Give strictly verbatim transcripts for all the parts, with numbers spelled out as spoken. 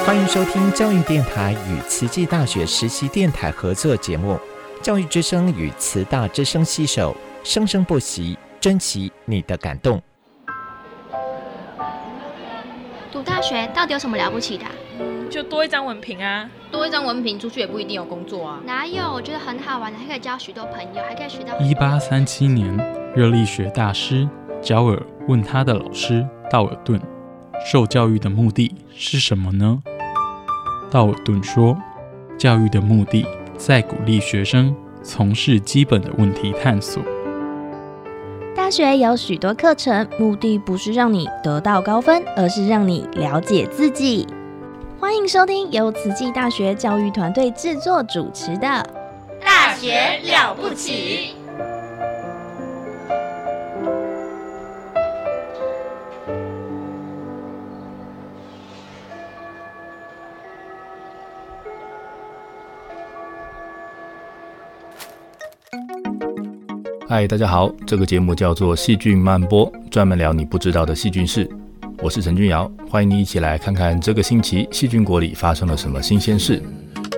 欢迎收听教育电台与慈济大学实习电台合作节目《教育之声》与慈大之声携手，生生不息，珍惜你的感动。 读大学到底有什么了不起的、啊？ 就多一张文凭啊！ 多一张文凭，出去也不一定有工作啊。 哪有？我觉得很好玩的，还可以交许多朋友，还可以学到。 一八三七年，热力学大师焦耳问他的老师道尔顿，受教育的目的是什么呢？道尔顿说，教育的目的在鼓励学生从事基本的问题探索。 大学有许多课程，目的不是让你得到高分，而是让你了解自己。欢迎收听由慈济大学教育团队制作主持的《 大学了不起》。 嗨，大家好，这个节目叫做细菌漫播，专门聊你不知道的细菌事。我是陈君尧，欢迎你一起来看看这个星期细菌国里发生了什么新鲜事。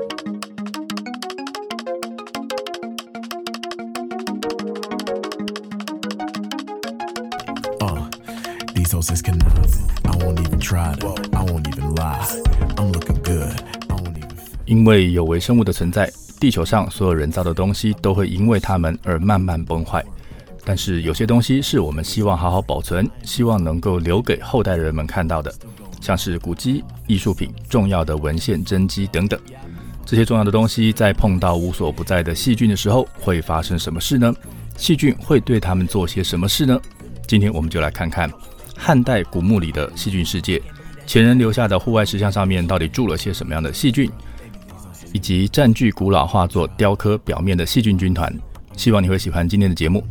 因为有微生物的存在，地球上所有人造的东西都会因为它们而慢慢崩坏。但是有些东西是我们希望好好保存，希望能够留给后代人们看到的，像是古迹、艺术品、重要的文献、真迹等等。这些重要的东西在碰到无所不在的细菌的时候，会发生什么事呢？细菌会对它们做些什么事呢？今天我们就来看看汉代古墓里的细菌世界，前人留下的户外石像上面到底住了些什么样的细菌，以及占据古老画作雕刻表面的细菌军团。希望你会喜欢今天的节目。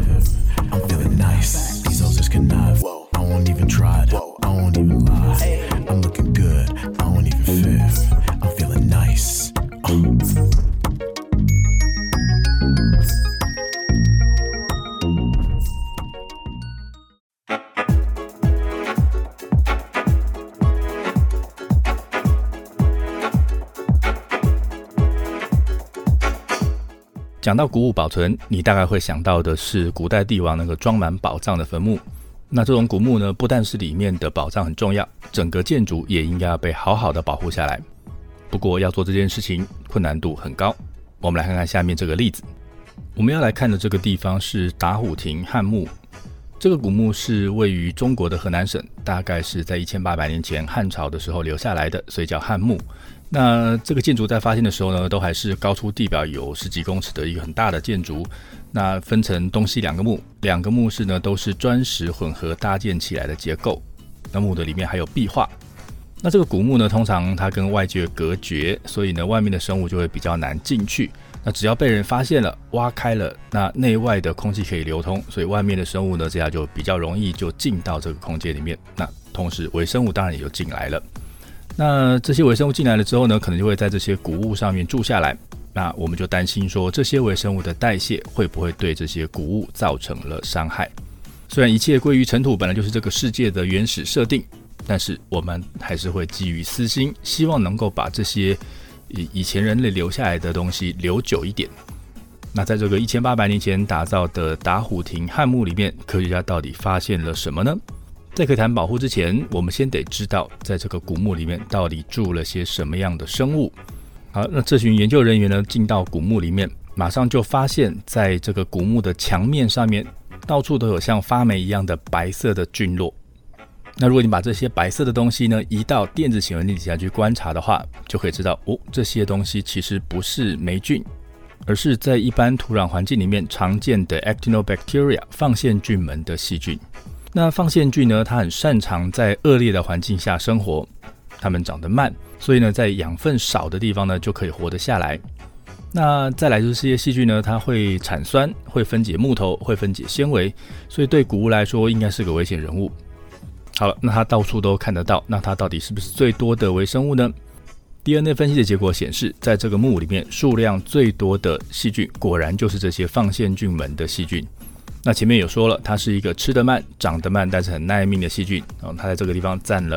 讲到古物保存，你大概会想到的是古代帝王那个装满宝藏的坟墓。那这种古墓呢，不但是里面的宝藏很重要，整个建筑也应该要被好好的保护下来。不过要做这件事情，困难度很高。我们来看看下面这个例子。我们要来看的这个地方是打虎亭汉墓。这个古墓是位于中国的河南省，大概是在一千八百年前汉朝的时候留下来的，所以叫汉墓。那这个建筑在发现的时候呢，都还是高出地表有十几公尺的一个很大的建筑。那分成东西两个墓，两个墓室呢都是砖石混合搭建起来的结构。那墓的里面还有壁画。那这个古墓呢，通常它跟外界隔绝，所以呢外面的生物就会比较难进去。那只要被人发现了，挖开了，那内外的空气可以流通，所以外面的生物呢，这样就比较容易就进到这个空间里面。那同时微生物当然也就进来了。那这些微生物进来了之后呢，可能就会在这些古物上面住下来。那我们就担心说，这些微生物的代谢会不会对这些古物造成了伤害？虽然一切归于尘土本来就是这个世界的原始设定，但是我们还是会基于私心，希望能够把这些以前人类留下来的东西留久一点。那在这个一千八百年前打造的打虎亭汉墓里面，科学家到底发现了什么呢？在可以谈保护之前，我们先得知道在这个古墓里面到底住了些什么样的生物。好，那这群研究人员呢，进到古墓里面，马上就发现在这个古墓的墙面上面到处都有像发霉一样的白色的菌落。那如果你把这些白色的东西呢移到电子显微镜底下去观察的话，就可以知道哦，这些东西其实不是霉菌，而是在一般土壤环境里面常见的 Actinobacteria 放线菌门的细菌。那放线菌呢，它很擅长在恶劣的环境下生活，它们长得慢，所以呢，在养分少的地方呢，就可以活得下来。那再来就是这些细菌呢，它会产酸，会分解木头，会分解纤维，所以对谷物来说应该是个危险人物。好了，那它到处都看得到，那它到底是不是最多的微生物呢？ D N A 分析的结果显示，在这个墓里面数量最多的细菌，果然就是这些放线菌门的细菌。那前面有说了，它是一个吃得慢、长得慢，但是很耐命的细菌。哦、它在这个地方占了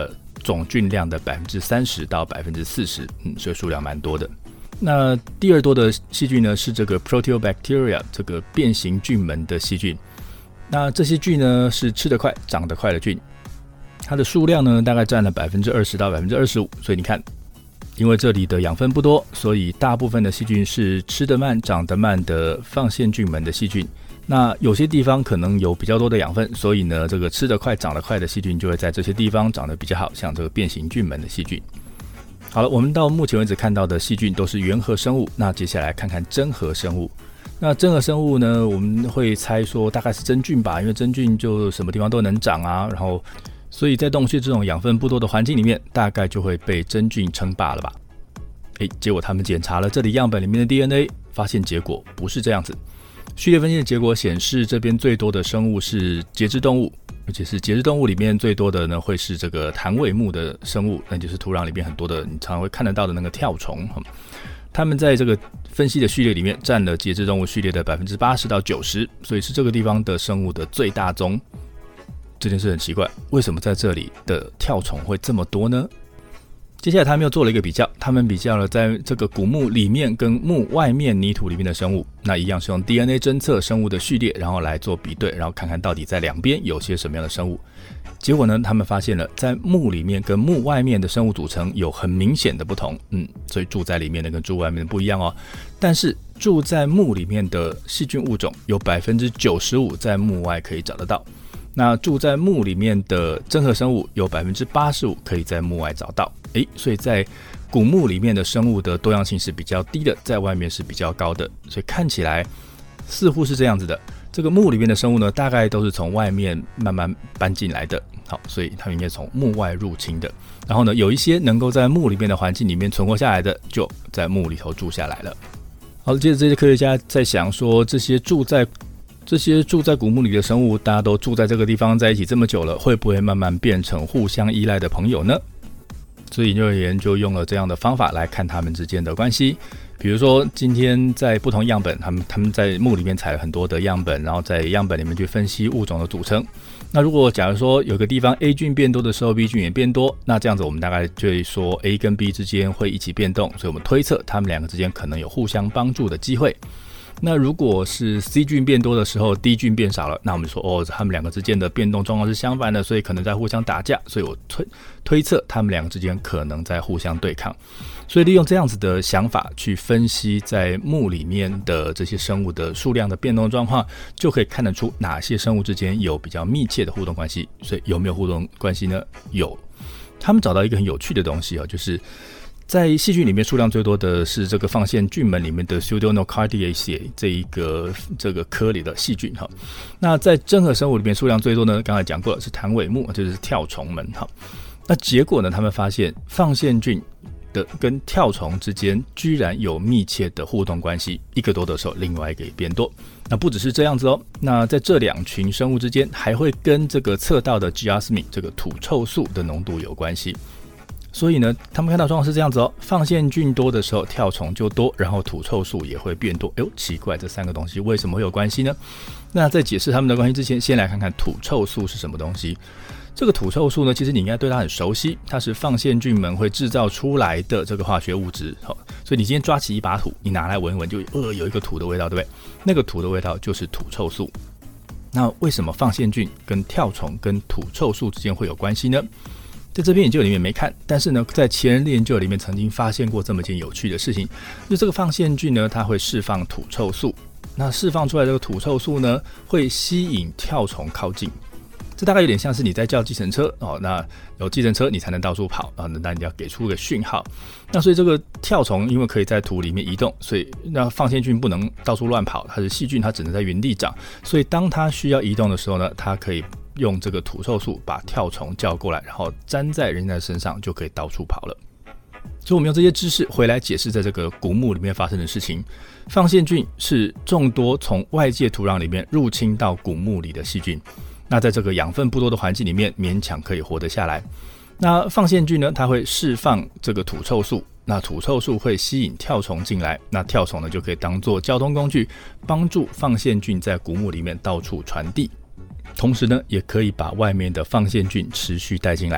总菌量的 百分之三十 到 百分之四十， 嗯，所以数量蛮多的。那第二多的细菌呢是这个 Proteobacteria 这个变形菌门的细菌。那这些菌呢是吃得快长得快的菌，它的数量呢大概占了 百分之二十 到 百分之二十五， 所以你看，因为这里的养分不多，所以大部分的细菌是吃得慢长得慢的放线菌门的细菌。那有些地方可能有比较多的养分，所以呢这个吃得快长得快的细菌就会在这些地方长得比较好，像这个变形菌门的细菌。好了，我们到目前为止看到的细菌都是原核生物，那接下来看看真核生物。那真核生物呢，我们会猜说大概是真菌吧，因为真菌就什么地方都能长啊，然后所以在洞穴这种养分不多的环境里面，大概就会被真菌称霸了吧。诶，结果他们检查了这里样本里面的 D N A， 发现结果不是这样子。序列分析的结果显示，这边最多的生物是节肢动物，而且是节肢动物里面最多的呢会是这个弹尾目的生物，那就是土壤里面很多的你常常会看得到的那个跳虫。他们在这个分析的序列里面占了节肢动物序列的 百分之八十 到 九十， 所以是这个地方的生物的最大宗。这件事很奇怪，为什么在这里的跳虫会这么多呢？接下来他们又做了一个比较，他们比较了在这个古墓里面跟墓外面泥土里面的生物，那一样是用 D N A 侦测生物的序列，然后来做比对，然后看看到底在两边有些什么样的生物。结果呢，他们发现了在墓里面跟墓外面的生物组成有很明显的不同，嗯，所以住在里面的跟住外面的不一样哦。但是住在墓里面的细菌物种有 百分之九十五 在墓外可以找得到。那住在墓里面的真核生物有 百分之八十五 可以在墓外找到，诶，所以在古墓里面的生物的多样性是比较低的，在外面是比较高的，所以看起来似乎是这样子的。这个墓里面的生物呢，大概都是从外面慢慢搬进来的，好，所以他们应该从墓外入侵的。然后呢，有一些能够在墓里面的环境里面存活下来的，就在墓里头住下来了。好，接着这些科学家在想说，这些住在这些住在古墓里的生物，大家都住在这个地方在一起这么久了，会不会慢慢变成互相依赖的朋友呢？所以研究人员就用了这样的方法来看他们之间的关系。比如说今天在不同样本，他们他们在墓里面采了很多的样本，然后在样本里面去分析物种的组成。那如果假如说有个地方 A 菌变多的时候 B 菌也变多，那这样子我们大概就会说 A 跟 B 之间会一起变动，所以我们推测他们两个之间可能有互相帮助的机会。那如果是 C 菌变多的时候 D 菌变少了，那我们说哦，他们两个之间的变动状况是相反的，所以可能在互相打架，所以我 推, 推测他们两个之间可能在互相对抗。所以利用这样子的想法去分析在墓里面的这些生物的数量的变动状况，就可以看得出哪些生物之间有比较密切的互动关系。所以有没有互动关系呢？有。他们找到一个很有趣的东西，就是在细菌里面数量最多的是这个放线菌门里面的 Pseudonocardiaceae 这一个这个科里的细菌。那在真核生物里面数量最多呢，刚才讲过了是弹尾目，就是跳虫门。那结果呢，他们发现放线菌的跟跳虫之间居然有密切的互动关系，一个多的时候另外一个也变多。那不只是这样子哦，那在这两群生物之间还会跟这个测到的 geosmin 这个土臭素的浓度有关系。所以呢，他们看到状况是这样子哦，放线菌多的时候跳虫就多，然后土臭素也会变多。哎呦，奇怪，这三个东西为什么会有关系呢？那在解释他们的关系之前，先来看看土臭素是什么东西。这个土臭素呢，其实你应该对它很熟悉，它是放线菌们会制造出来的这个化学物质。好，所以你今天抓起一把土，你拿来闻一闻，就呃有一个土的味道，对不对？那个土的味道就是土臭素。那为什么放线菌跟跳虫跟土臭素之间会有关系呢？在这篇研究里面没看，但是呢，在前人的研究里面曾经发现过这么一件有趣的事情，就这个放线菌呢，它会释放土臭素，那释放出来这个土臭素呢，会吸引跳虫靠近。这大概有点像是你在叫计程车哦，那有计程车你才能到处跑啊，那你要给出个讯号。那所以这个跳虫因为可以在土里面移动，所以那放线菌不能到处乱跑，它是细菌，它只能在原地长。所以当它需要移动的时候呢，它可以用这个土臭素把跳虫叫过来，然后粘在人家的身上，就可以到处跑了。所以我们用这些知识回来解释在这个古墓里面发生的事情。放线菌是众多从外界土壤里面入侵到古墓里的细菌，那在这个养分不多的环境里面勉强可以活得下来。那放线菌呢，它会释放这个土臭素，那土臭素会吸引跳虫进来，那跳虫呢就可以当作交通工具，帮助放线菌在古墓里面到处传递，同时呢也可以把外面的放线菌持续带进来。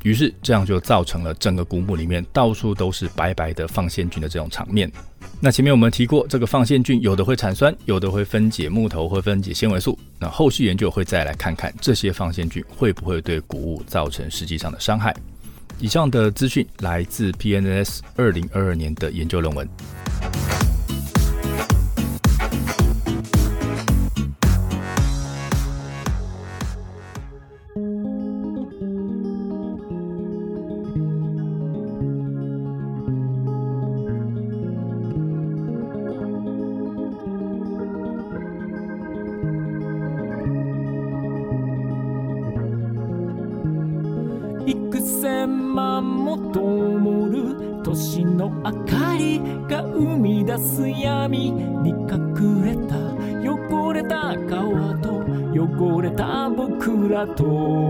于是这样就造成了整个古墓里面到处都是白白的放线菌的这种场面。那前面我们提过，这个放线菌有的会产酸，有的会分解木头，会分解纤维素。那后续研究会再来看看这些放线菌会不会对谷物造成实际上的伤害。以上的资讯来自 P N S 二零二二年的研究论文。 幾千万も灯る都市の明かりが生み出す闇に隠れた汚れた川と汚れた僕らと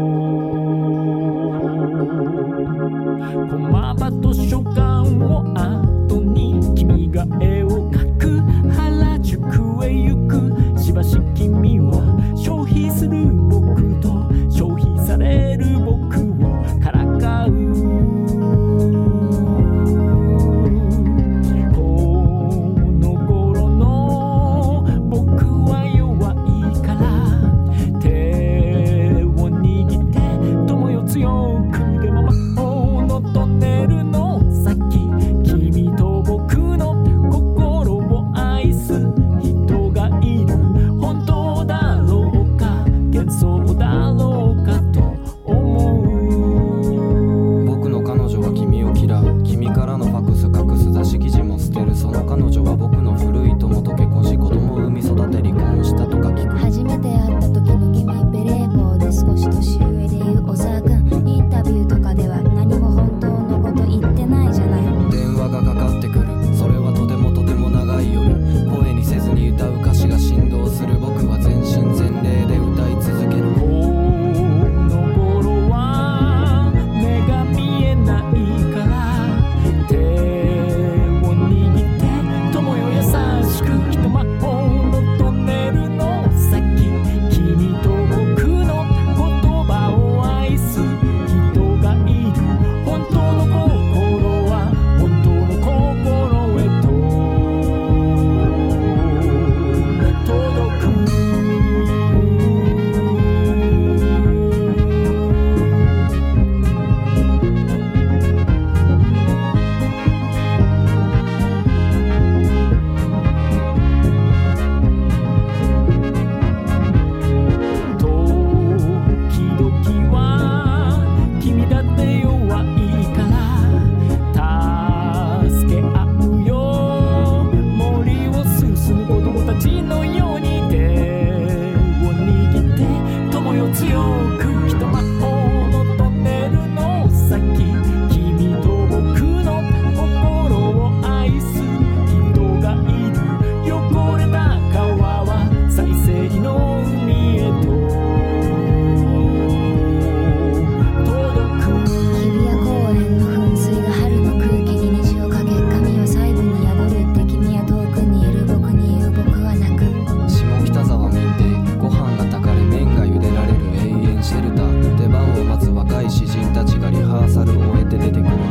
駒場図書館を後に君が絵を描く原宿へ行くしばし君は消費する僕と消費される僕をからかうこの頃の僕は弱いから手を握って友よ強くでも魔法のトンネルの先君と僕の心を愛す人がいる本当だろうか幻想だろうかと思う僕の彼女は君を嫌う君からのファクス隠す座敷記も捨てるその彼女は僕の古い友と結婚し子供を産み育て離婚したとか聞く初めて会った時の君ベレー帽で少し年上で言う小沢君インタビューとかでは何も本当のこと言ってないじゃない電話がかかってくるそれはとてもとても長い夜声にせずに歌う歌詞が振動する僕は全身全霊で歌い続けるこの頃は目が見えないから手を握って友よ優しくきっと魔法のトンネルの先君と僕の言葉を愛す人がいる本当の心は本当の心へと届く時々は君だって弱いから助け合うよ森を進む子供たちのように手を握って友よ強くきっと魔法のトンネルの先君と僕の心を愛す人がいる汚れた川は再生の海へと届く日比谷公園の噴水が春の空気に虹をかけ髪は細部に宿るって君は遠くにいる僕に言う僕は泣く下北沢民邸ご飯が炊かれ麺が茹でられる永遠シェルター出番を待つ若い詩人たちがリハーサルを終えて出てくる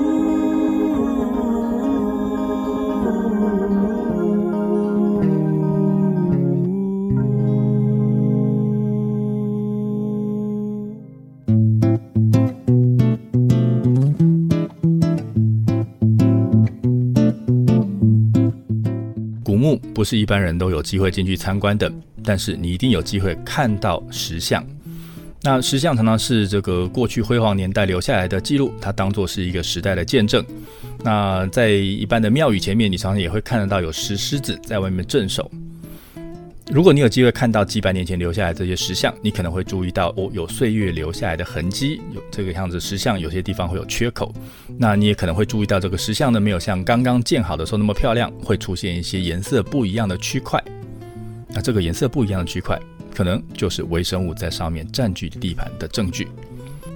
古墓不是一般人都有机会进去参观的，但是你一定有机会看到石像。那石像常常是这个过去辉煌年代留下来的记录，它当作是一个时代的见证。那在一般的庙宇前面，你常常也会看得到有石狮子在外面镇守。如果你有机会看到几百年前留下来的这些石像，你可能会注意到哦，有岁月留下来的痕迹，有这个样子石像有些地方会有缺口。那你也可能会注意到这个石像呢，没有像刚刚建好的时候那么漂亮，会出现一些颜色不一样的区块。那这个颜色不一样的区块，可能就是微生物在上面占据地盘的证据。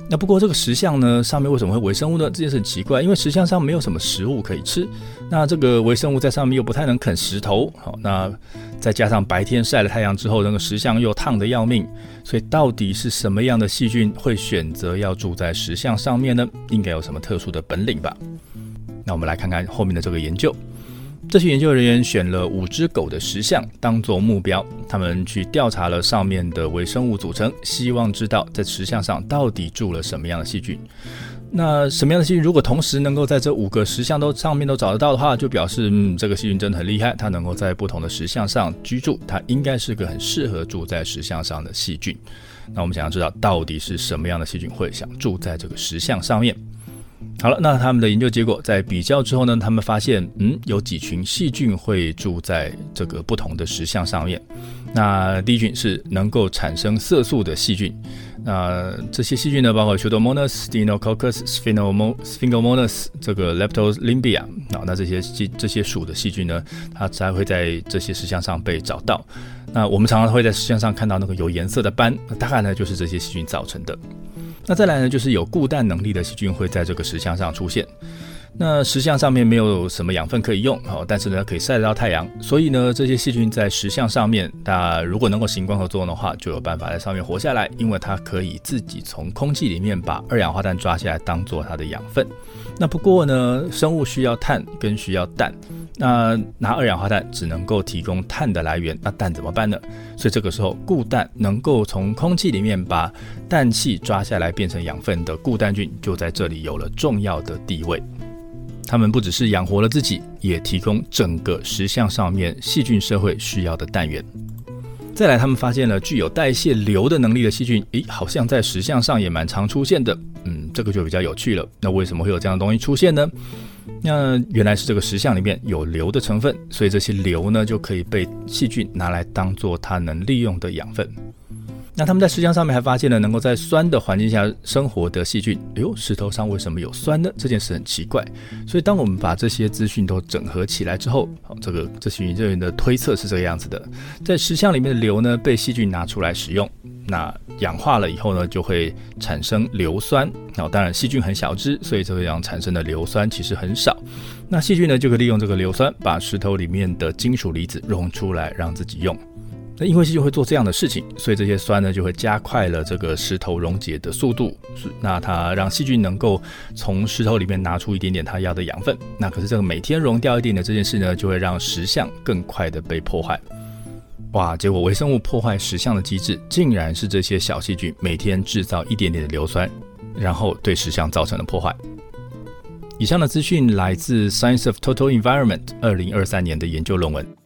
那不过这个石像呢，上面为什么会微生物呢？这件事很奇怪，因为石像上没有什么食物可以吃，那这个微生物在上面又不太能啃石头，好，那再加上白天晒了太阳之后，那个石像又烫得要命，所以到底是什么样的细菌会选择要住在石像上面呢？应该有什么特殊的本领吧？那我们来看看后面的这个研究。这些研究人员选了五只狗的石像当作目标，他们去调查了上面的微生物组成，希望知道在石像上到底住了什么样的细菌。那什么样的细菌如果同时能够在这五个石像都上面都找得到的话，就表示嗯，这个细菌真的很厉害，它能够在不同的石像上居住，它应该是个很适合住在石像上的细菌。那我们想要知道到底是什么样的细菌会想住在这个石像上面。好了，那他们的研究结果在比较之后呢，他们发现嗯，有几群细菌会住在这个不同的石像上面。那第一群是能够产生色素的细菌，那这些细菌呢，包括 Pseudomonas, Deinococcus, Sphingomonas, 这个 Leptolimbia， 那这些这些属的细菌呢，它才会在这些石像上被找到。那我们常常会在石像上看到那个有颜色的斑，大概呢就是这些细菌造成的。那再来呢，就是有固氮能力的细菌会在这个石像上出现。那石像上面没有什么养分可以用，但是呢可以晒得到太阳，所以呢这些细菌在石像上面，那如果能够行光合作用的话，就有办法在上面活下来，因为它可以自己从空气里面把二氧化碳抓下来当做它的养分。那不过呢，生物需要碳跟需要氮，那拿二氧化碳只能够提供碳的来源，那氮怎么办呢？所以这个时候固氮能够从空气里面把氮气抓下来变成养分的固氮菌就在这里有了重要的地位。他们不只是养活了自己，也提供整个石像上面细菌社会需要的氮源。再来，他们发现了具有代谢硫的能力的细菌，诶，好像在石像上也蛮常出现的。嗯，这个就比较有趣了。那为什么会有这样的东西出现呢？那原来是这个石像里面有硫的成分，所以这些硫呢就可以被细菌拿来当做它能利用的养分。那他们在石像上面还发现了能够在酸的环境下生活的细菌。哎呦，石头上为什么有酸呢？这件事很奇怪。所以当我们把这些资讯都整合起来之后，这个这群研究员的推测是这个样子的：在石像里面的硫呢被细菌拿出来使用，那氧化了以后呢就会产生硫酸。那当然细菌很小只，所以这样产生的硫酸其实很少。那细菌呢就可以利用这个硫酸把石头里面的金属离子溶出来让自己用。那因为细菌会做这样的事情，所以这些酸呢就会加快了这个石头溶解的速度，那它让细菌能够从石头里面拿出一点点它要的养分。那可是这个每天溶掉一点的这件事呢，就会让石像更快的被破坏。哇，结果微生物破坏石像的机制竟然是这些小细菌每天制造一点点的硫酸，然后对石像造成了破坏。以上的资讯来自 Science of Total Environment 二零二三年的研究论文。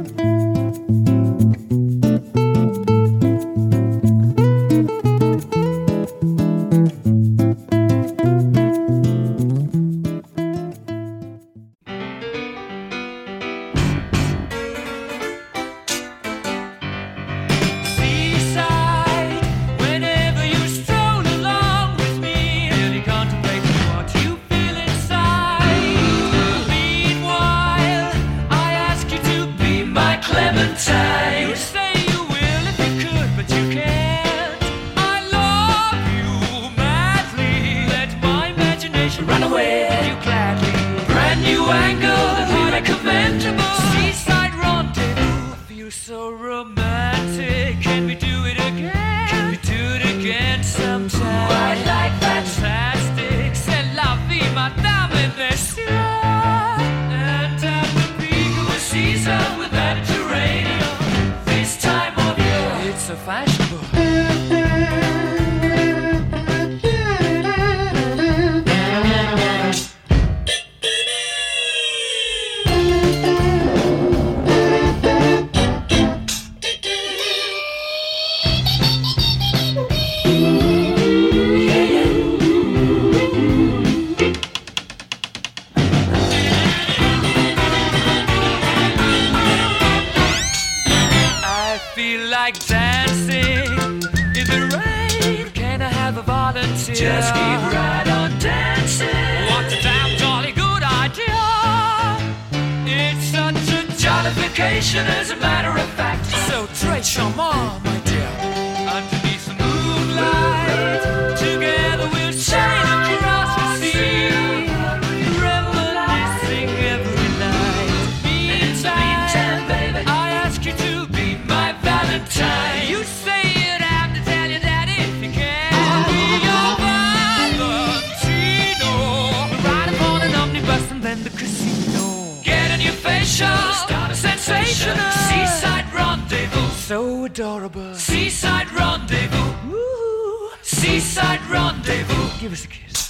Just keep right on dancing. What a damn jolly good idea. It's such a jollification as a matter of fact. So très charmant, my dear. Underneath the moonlight, together with adorable. Seaside rendezvous. Woo-hoo. Seaside rendezvous. Give us a kiss.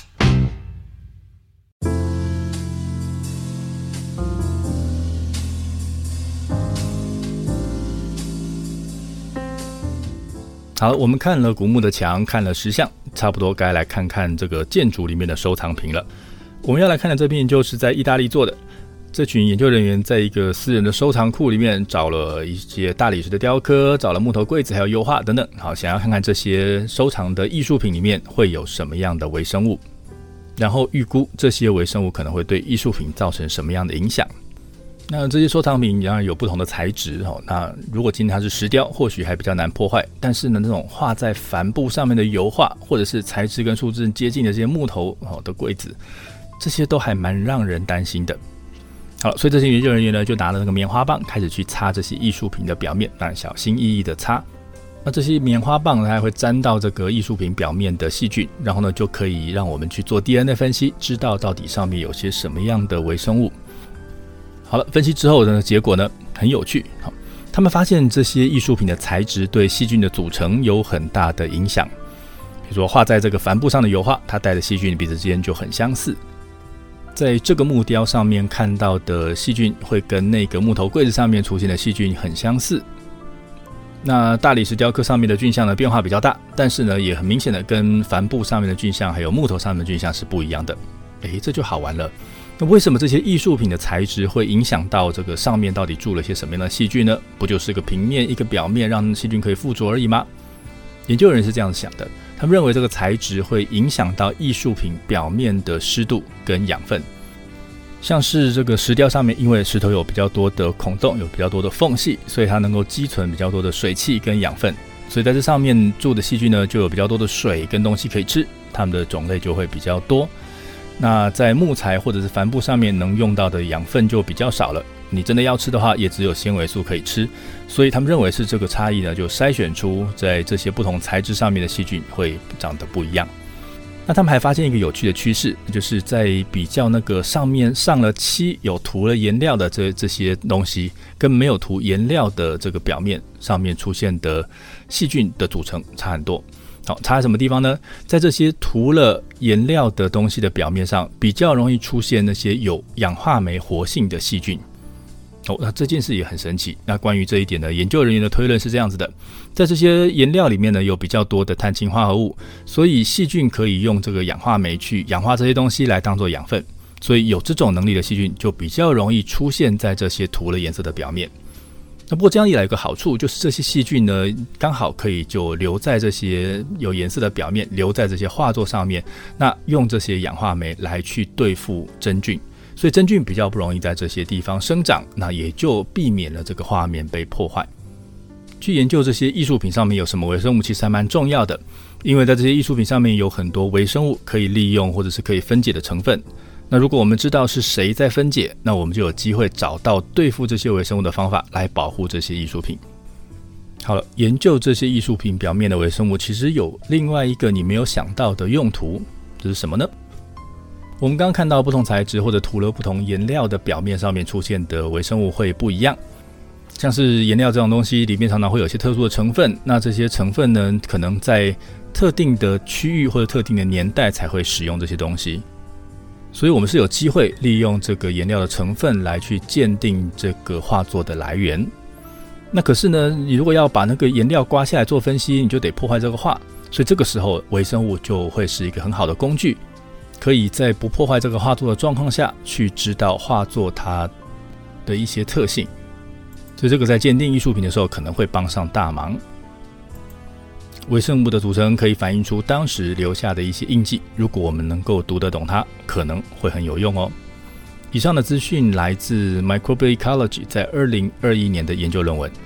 好，我们看了古墓的墙，看了石像，差不多该来看看这个建筑里面的收藏品了。我们要来看的这篇研究是在意大利做的，这群研究人员在一个私人的收藏库里面找了一些大理石的雕刻，找了木头柜子，还有油画等等。好，想要看看这些收藏的艺术品里面会有什么样的微生物，然后预估这些微生物可能会对艺术品造成什么样的影响。那这些收藏品当然有不同的材质，那如果今天它是石雕，或许还比较难破坏，但是呢，那种画在帆布上面的油画，或者是材质跟树脂接近的这些木头的柜子，这些都还蛮让人担心的。好，所以这些研究人员呢，就拿了那个棉花棒开始去擦这些艺术品的表面，当然小心翼翼的擦。那这些棉花棒呢，还会沾到这个艺术品表面的细菌，然后呢，就可以让我们去做 D N A 分析，知道到底上面有些什么样的微生物。好了，分析之后呢，结果呢很有趣。好，他们发现这些艺术品的材质对细菌的组成有很大的影响。比如说画在这个帆布上的油画，它带的细菌彼此之间就很相似。在这个木雕上面看到的细菌会跟那个木头柜子上面出现的细菌很相似。那大理石雕刻上面的菌相呢变化比较大，但是呢也很明显的跟帆布上面的菌相还有木头上面的菌相是不一样的。诶，这就好玩了。那为什么这些艺术品的材质会影响到这个上面到底住了些什么样的细菌呢？不就是个平面一个表面让细菌可以附着而已吗？研究人是这样想的，他们认为这个材质会影响到艺术品表面的湿度跟养分。像是这个石雕上面，因为石头有比较多的孔洞，有比较多的缝隙，所以它能够积存比较多的水汽跟养分，所以在这上面住的细菌呢，就有比较多的水跟东西可以吃，它们的种类就会比较多。那在木材或者是帆布上面能用到的养分就比较少了，你真的要吃的话也只有纤维素可以吃，所以他们认为是这个差异呢，就筛选出在这些不同材质上面的细菌会长得不一样。那他们还发现一个有趣的趋势，就是在比较那个上面上了漆有涂了颜料的这这些东西跟没有涂颜料的这个表面上面出现的细菌的组成差很多。好，差在什么地方呢？在这些涂了颜料的东西的表面上，比较容易出现那些有氧化酶活性的细菌。哦，那这件事也很神奇。那关于这一点呢，研究人员的推论是这样子的：在这些颜料里面呢，有比较多的碳氢化合物，所以细菌可以用这个氧化酶去氧化这些东西来当做养分。所以有这种能力的细菌就比较容易出现在这些涂了颜色的表面。那不过这样一来有个好处，就是这些细菌呢，刚好可以就留在这些有颜色的表面，留在这些画作上面，那用这些氧化酶来去对付真菌，所以真菌比较不容易在这些地方生长，那也就避免了这个画面被破坏。去研究这些艺术品上面有什么微生物其实还蛮重要的，因为在这些艺术品上面有很多微生物可以利用或者是可以分解的成分。那如果我们知道是谁在分解，那我们就有机会找到对付这些微生物的方法来保护这些艺术品。好了，研究这些艺术品表面的微生物其实有另外一个你没有想到的用途，这是什么呢？我们刚刚看到不同材质或者涂了不同颜料的表面上面出现的微生物会不一样，像是颜料这种东西里面常常会有些特殊的成分，那这些成分呢，可能在特定的区域或者特定的年代才会使用这些东西。所以我们是有机会利用这个颜料的成分来去鉴定这个画作的来源。那可是呢，你如果要把那个颜料刮下来做分析，你就得破坏这个画，所以这个时候微生物就会是一个很好的工具，可以在不破坏这个画作的状况下去知道画作它的一些特性，所以这个在鉴定艺术品的时候可能会帮上大忙。微生物的组成可以反映出当时留下的一些印记，如果我们能够读得懂它，可能会很有用哦。以上的资讯来自 Microbial Ecology 在二零二一年的研究论文。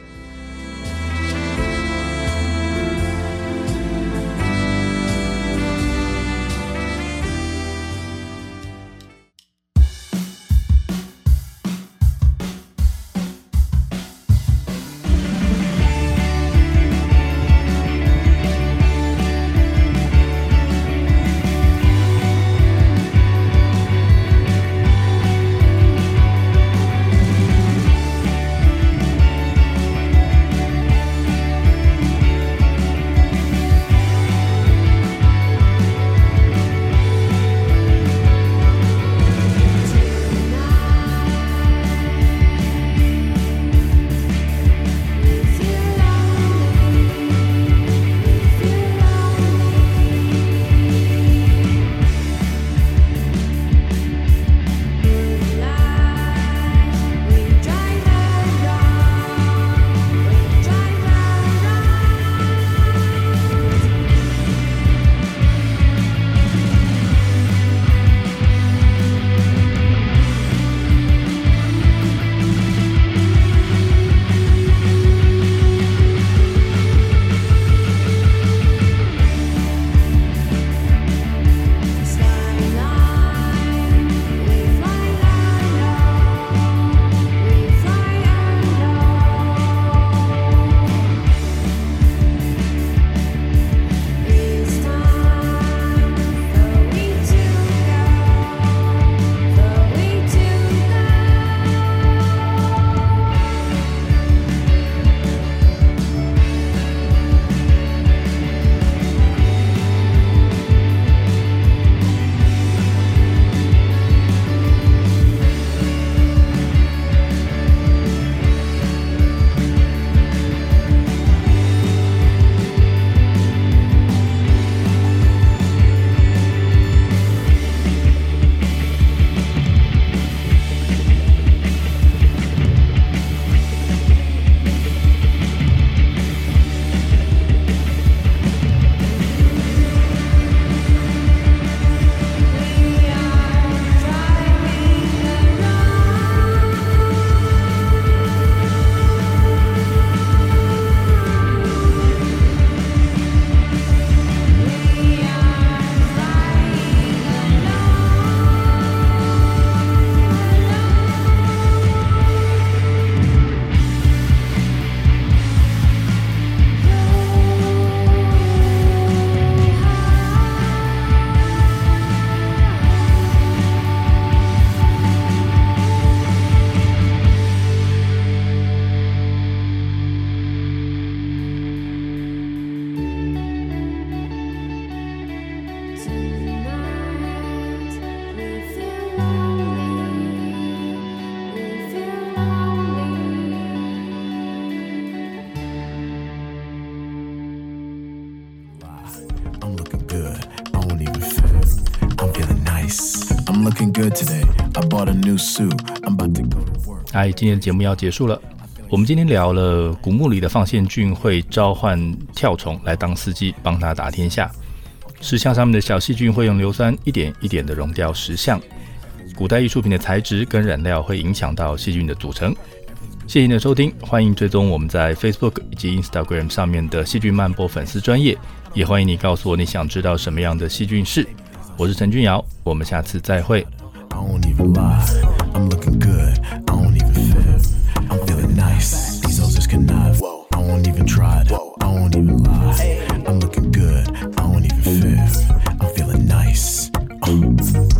I'm looking good today. I bought a new suit. I'm about to go to work. 嗨，今天的节目要结束了。我们今天聊了古墓里的放线菌会召唤跳虫来当司机，帮他打天下。石像上面的小细菌会用硫酸一点一点的溶掉石像。古代艺术品的材质跟染料会影响到细菌的组成。谢谢你的收听，欢迎追踪我们在 Facebook 以及 Instagram 上面的细菌漫播粉丝专页，也欢迎你告诉我你想知道什么样的细菌事。我是陈君尧，我们下次再会。 I won't even lie. I'm looking good. I won't even fib. I'm feeling nice. These hoes just connive. I won't even try it. I won't even lie. I'm looking good. I won't even fib. I'm feeling nice. Oh.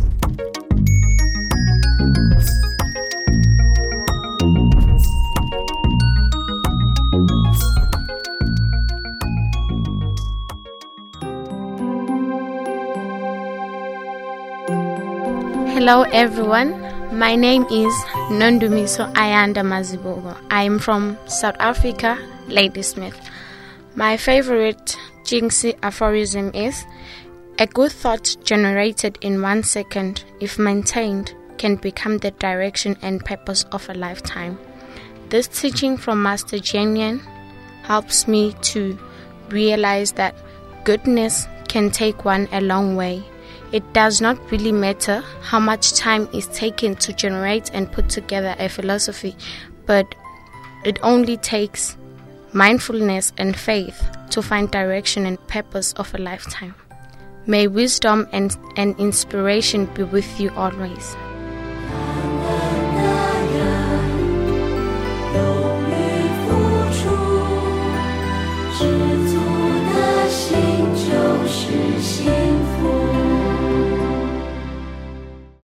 Hello everyone, my name is Nondumiso Ayanda Mazibogo. I am from South Africa, Ladysmith. My favorite Jinxie aphorism is, a good thought generated in one second, if maintained, can become the direction and purpose of a lifetime. This teaching from Master Jian helps me to realize that goodness can take one a long way. It does not really matter how much time is taken to generate and put together a philosophy, but it only takes mindfulness and faith to find direction and purpose of a lifetime. May wisdom and, and inspiration be with you always.